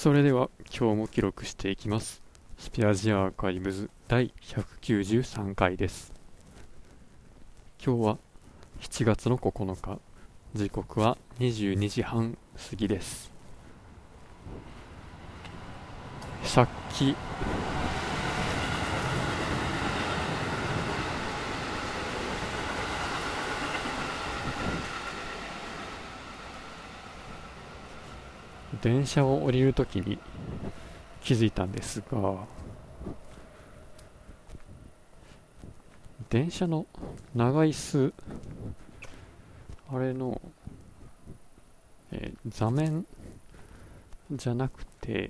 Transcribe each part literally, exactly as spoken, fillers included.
それでは今日も記録していきます。スペアジアーカイブズだいひゃくきゅうじゅうさんかいです。今日はしちがつのここのか、時刻はにじゅうにじはん過ぎです。さっき電車を降りるときに気づいたんですが、電車の長椅子、あれの、えー座面じゃなくて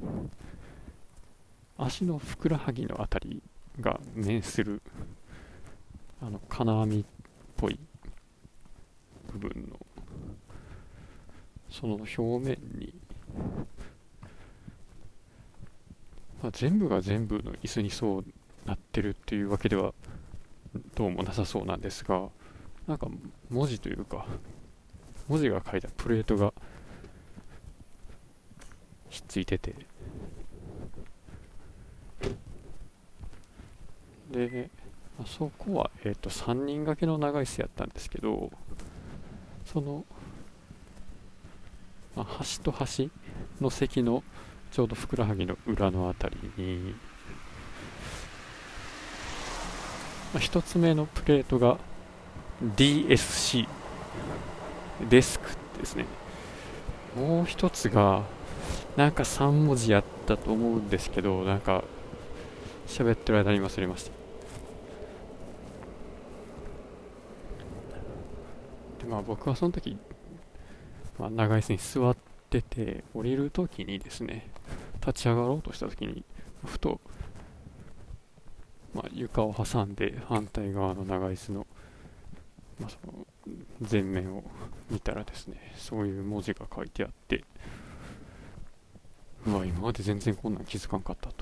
足のふくらはぎのあたりが面するあの金網っぽい部分のその表面に、まあ、全部が全部の椅子にそうなってるっていうわけではどうもなさそうなんですが、なんか文字というか文字が書いたプレートがひっついてて、であそこは、えー、とさんにん掛けの長椅子やったんですけど、その、まあ、端と端の席のちょうどふくらはぎの裏のあたりに、まあ、ひとつめのプレートが ディーエスシー デスクですね。もう一つがなんかさん文字やったと思うんですけど、なんか喋ってる間に忘れました。でまあ僕はその時、まあ、長椅子に座ってて、降りる時にですね、立ち上がろうとした時にふと、まあ、床を挟んで反対側の長椅子の、まあ、その前面を見たらですね、そういう文字が書いてあって、うわ今まで全然こんなん気づかんかったと。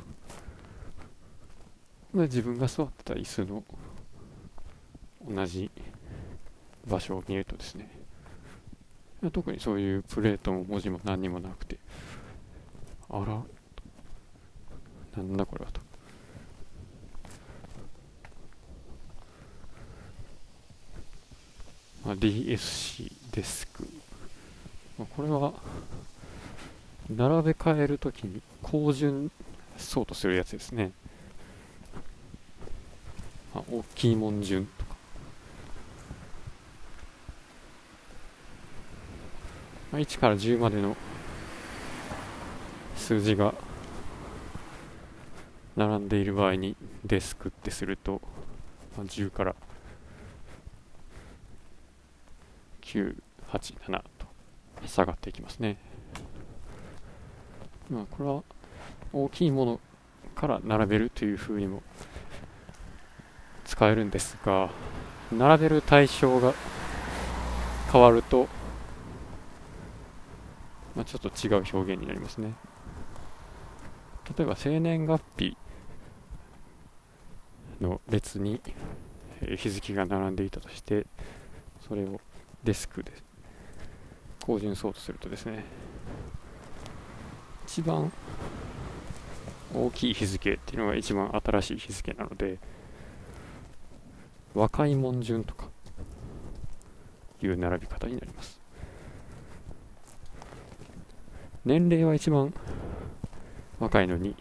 で自分が座ってた椅子の同じ場所を見るとですね、特にそういうプレートも文字も何にもなくて、あらなんだこれはと。まあ、ディーエスシー デスク、まあ、これは並べ替えるときに高順そうとするやつですね。まあ、大きいもん順とか、まあ、いちからじゅうまでの数字が並んでいる場合にデスクってすると、まあ、じゅうからきゅう、はち、ななと下がっていきますね。まあ、これは大きいものから並べるという風にも使えるんですが、並べる対象が変わると、まあ、ちょっと違う表現になりますね。例えば生年月日の列に日付が並んでいたとして、それをデスクで高順そうとするとですね、一番大きい日付っていうのが一番新しい日付なので、若いもん順とかいう並び方になります。年齢は一番若いのに、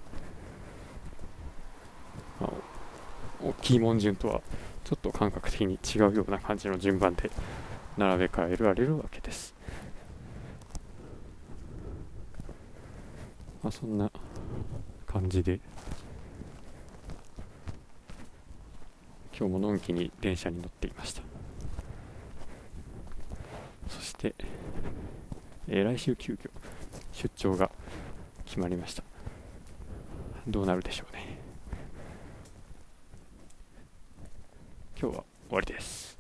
まあ、大きいもん順とはちょっと感覚的に違うような感じの順番で並べ替えられるわけです。まあ、そんな感じで今日ものんきに電車に乗っていました。そして、えー、来週急遽出張が決まりました。どうなるでしょうね。今日は終わりです。